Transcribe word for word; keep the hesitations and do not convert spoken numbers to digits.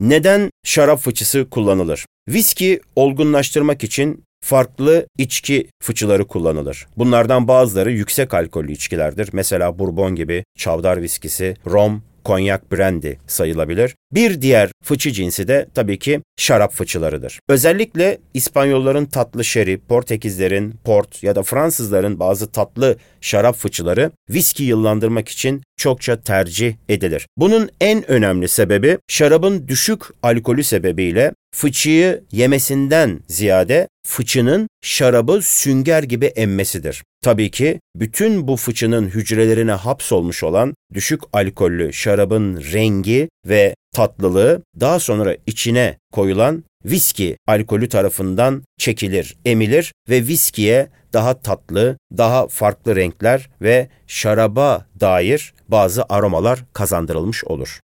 Neden şarap fıçısı kullanılır? Viski olgunlaştırmak için farklı içki fıçıları kullanılır. Bunlardan bazıları yüksek alkollü içkilerdir. Mesela bourbon gibi, çavdar viskisi, rom, konyak, brandy sayılabilir. Bir diğer fıçı cinsi de tabii ki şarap fıçılarıdır. Özellikle İspanyolların tatlı şeri, Portekizlerin port ya da Fransızların bazı tatlı şarap fıçıları viski yıllandırmak için çokça tercih edilir. Bunun en önemli sebebi şarabın düşük alkolü sebebiyle fıçıyı yemesinden ziyade fıçının şarabı sünger gibi emmesidir. Tabii ki bütün bu fıçının hücrelerine hapsolmuş olan düşük alkollü şarabın rengi ve tatlılığı daha sonra içine koyulan viski alkolü tarafından çekilir, emilir ve viskiye daha tatlı, daha farklı renkler ve şaraba dair bazı aromalar kazandırılmış olur.